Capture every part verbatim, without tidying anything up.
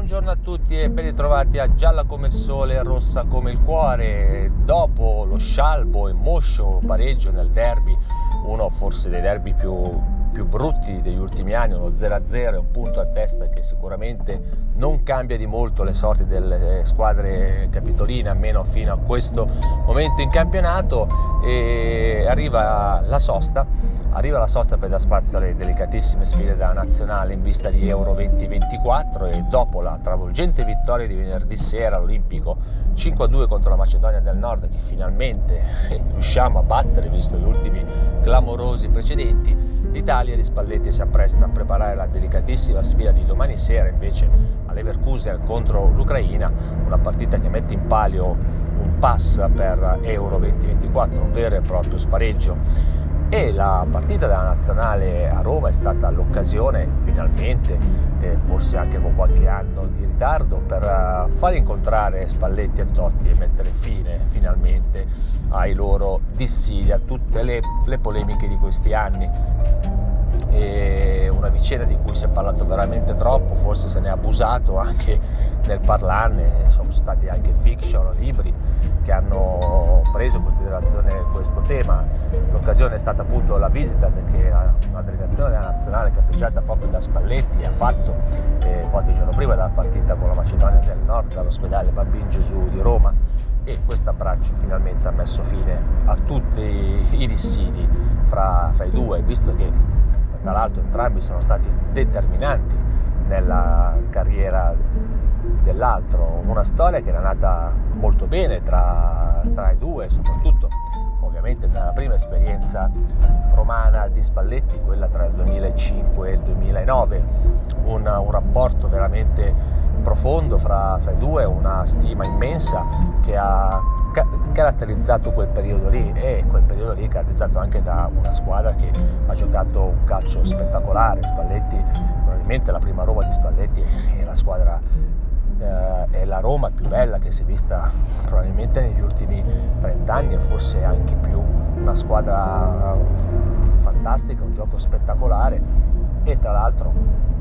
Buongiorno a tutti e ben ritrovati a Gialla come il sole e rossa come il cuore. Dopo lo scialbo e moscio pareggio nel derby, uno forse dei derby più, più brutti degli ultimi anni, uno zero a zero e un punto a testa che sicuramente non cambia di molto le sorti delle squadre capitoline, almeno fino a questo momento in campionato, e arriva la sosta. Arriva la sosta per dar spazio alle delicatissime sfide da nazionale in vista di Euro duemilaventiquattro e dopo la travolgente vittoria di venerdì sera all'Olimpico cinque a due contro la Macedonia del Nord, che finalmente riusciamo a battere visto gli ultimi clamorosi precedenti, l'Italia di Spalletti si appresta a preparare la delicatissima sfida di domani sera invece a Leverkusen contro l'Ucraina, una partita che mette in palio un pass per Euro duemilaventiquattro, un vero e proprio spareggio. E la partita della nazionale a Roma è stata l'occasione, finalmente, eh, forse anche con qualche anno di ritardo, per uh, far incontrare Spalletti e Totti e mettere fine finalmente ai loro dissidi, a tutte le, le polemiche di questi anni. E una vicenda di cui si è parlato veramente troppo, forse se ne è abusato anche nel parlarne, sono stati anche fiction, libri che hanno preso in considerazione questo tema. L'occasione è stata appunto la visita che una delegazione della nazionale capeggiata proprio da Spalletti ha fatto eh, qualche giorno prima della partita con la Macedonia del Nord all'ospedale Bambin Gesù di Roma, e questo abbraccio finalmente ha messo fine a tutti i dissidi fra, fra i due, visto che tra l'altro entrambi sono stati determinanti nella carriera dell'altro. Una storia che era nata molto bene tra, tra i due, soprattutto ovviamente nella prima esperienza romana di Spalletti, quella tra il duemilacinque e il duemilanove, un, un rapporto veramente profondo fra, fra i due, una stima immensa che ha ca- caratterizzato quel periodo lì, e quel periodo lì caratterizzato anche da una squadra che ha giocato un calcio spettacolare. Spalletti, probabilmente la prima Roma di Spalletti è la squadra eh, è la Roma più bella che si è vista probabilmente negli ultimi trent'anni, e forse anche più, una squadra fantastica, un gioco spettacolare, e tra l'altro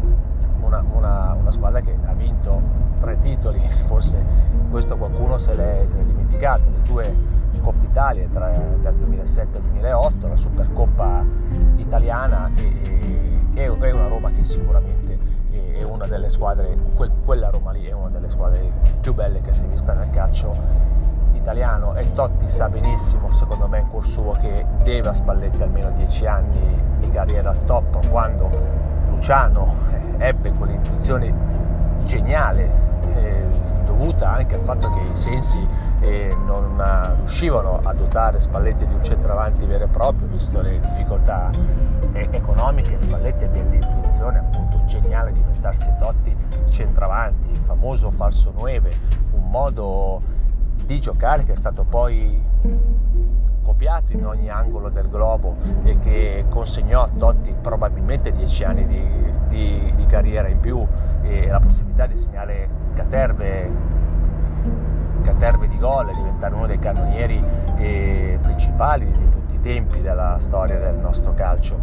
una, una, una squadra che ha vinto tre titoli, forse questo qualcuno se l'è, se l'è dimenticato, le due Coppe Italia tra, dal duemilasette al duemilaotto, la Supercoppa italiana, e, e, è una Roma che sicuramente è una delle squadre, quel, quella Roma lì è una delle squadre più belle che si è vista nel calcio italiano. E Totti sa benissimo, secondo me in cuor suo, che deve a Spalletti almeno dieci anni di carriera al top. Quando Luciano ebbe quell'intuizione geniale, eh, dovuta anche al fatto che i sensi eh, non uh, riuscivano a dotare Spalletti di un centravanti vero e proprio, visto le difficoltà eh, economiche, Spalletti ebbe l'intuizione appunto geniale di inventarsi Totti centravanti, il famoso falso nove, un modo di giocare che è stato poi copiato in ogni angolo del globo e che consegnò a Totti probabilmente dieci anni di, di, di carriera in più e la possibilità di segnare caterve, caterve di gol e diventare uno dei cannonieri eh, principali di tutti i tempi della storia del nostro calcio.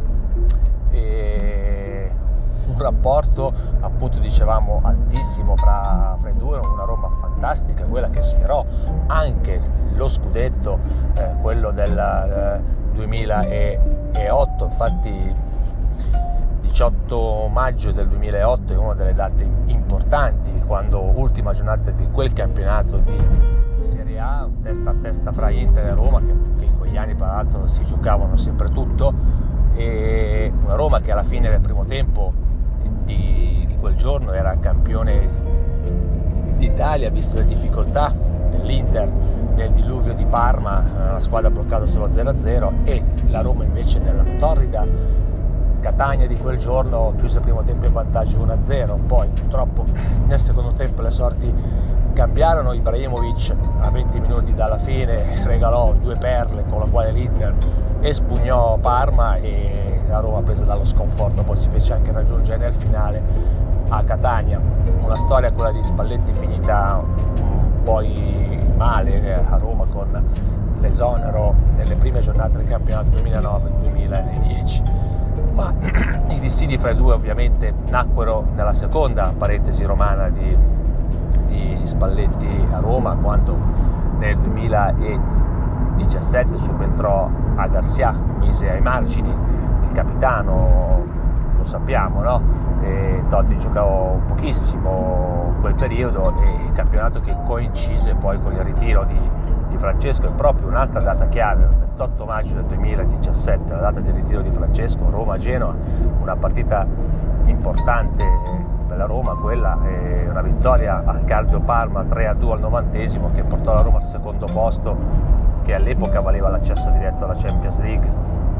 E un rapporto, appunto dicevamo, altissimo fra, fra i due, una Roma fantastica, quella che sfiorò anche lo scudetto, eh, quello del eh, duemilaotto. Infatti diciotto maggio del duemilaotto è una delle date importanti, quando ultima giornata di quel campionato di Serie A, testa a testa fra Inter e Roma, che, che in quegli anni tra l'altro si giocavano sempre tutto, e una Roma che alla fine del primo tempo di, di quel giorno era campione d'Italia, visto le difficoltà dell'Inter nel diluvio di Parma, una squadra bloccata solo zero a zero, e la Roma invece nella torrida Catania di quel giorno chiuse il primo tempo in vantaggio uno a zero. Poi purtroppo nel secondo tempo le sorti cambiarono. Ibrahimovic a venti minuti dalla fine regalò due perle con la quale l'Inter espugnò Parma, e la Roma, presa dallo sconforto, poi si fece anche raggiungere nel finale a Catania. Una storia, quella di Spalletti, finita poi male a Roma con l'esonero nelle prime giornate del campionato duemilanove duemiladieci. Ma ma i dissidi fra i due ovviamente nacquero nella seconda parentesi romana di, di Spalletti a Roma, quando nel duemiladiciassette subentrò a Garcia, mise ai margini il capitano, lo sappiamo, no? E Totti giocò pochissimo quel periodo, e il campionato che coincise poi con il ritiro di, di Francesco è proprio un'altra data chiave, il ventotto maggio del duemiladiciassette, la data del ritiro di Francesco, Roma-Genoa, una partita importante per la Roma, quella è una vittoria al Cardio Parma tre a due al novantesimo, che portò la Roma al secondo posto, che all'epoca valeva l'accesso diretto alla Champions League,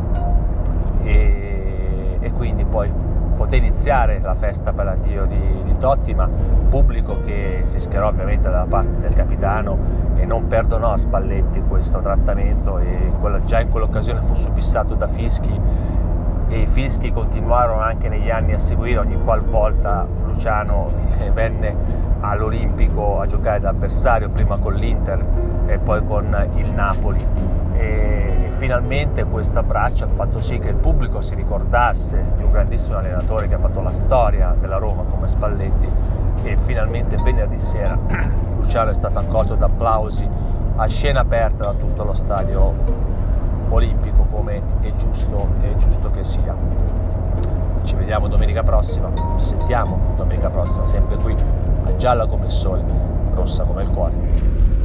e, e quindi poi poté iniziare la festa per l'addio di, di Totti, ma pubblico che si schierò ovviamente dalla parte del capitano e non perdonò a Spalletti questo trattamento, e quello, già in quell'occasione fu subissato da fischi, e i fischi continuarono anche negli anni a seguire ogni qualvolta Luciano venne all'Olimpico a giocare da avversario, prima con l'Inter e poi con il Napoli, e, e finalmente questo abbraccio ha fatto sì che il pubblico si ricordasse di un grandissimo allenatore che ha fatto la storia della Roma come Spalletti, e finalmente venerdì sera Luciano è stato accolto da applausi a scena aperta da tutto lo stadio olimpico, come è giusto, è giusto che sia. Ci vediamo domenica prossima, ci sentiamo domenica prossima, sempre qui a Gialla come il sole, rossa come il cuore.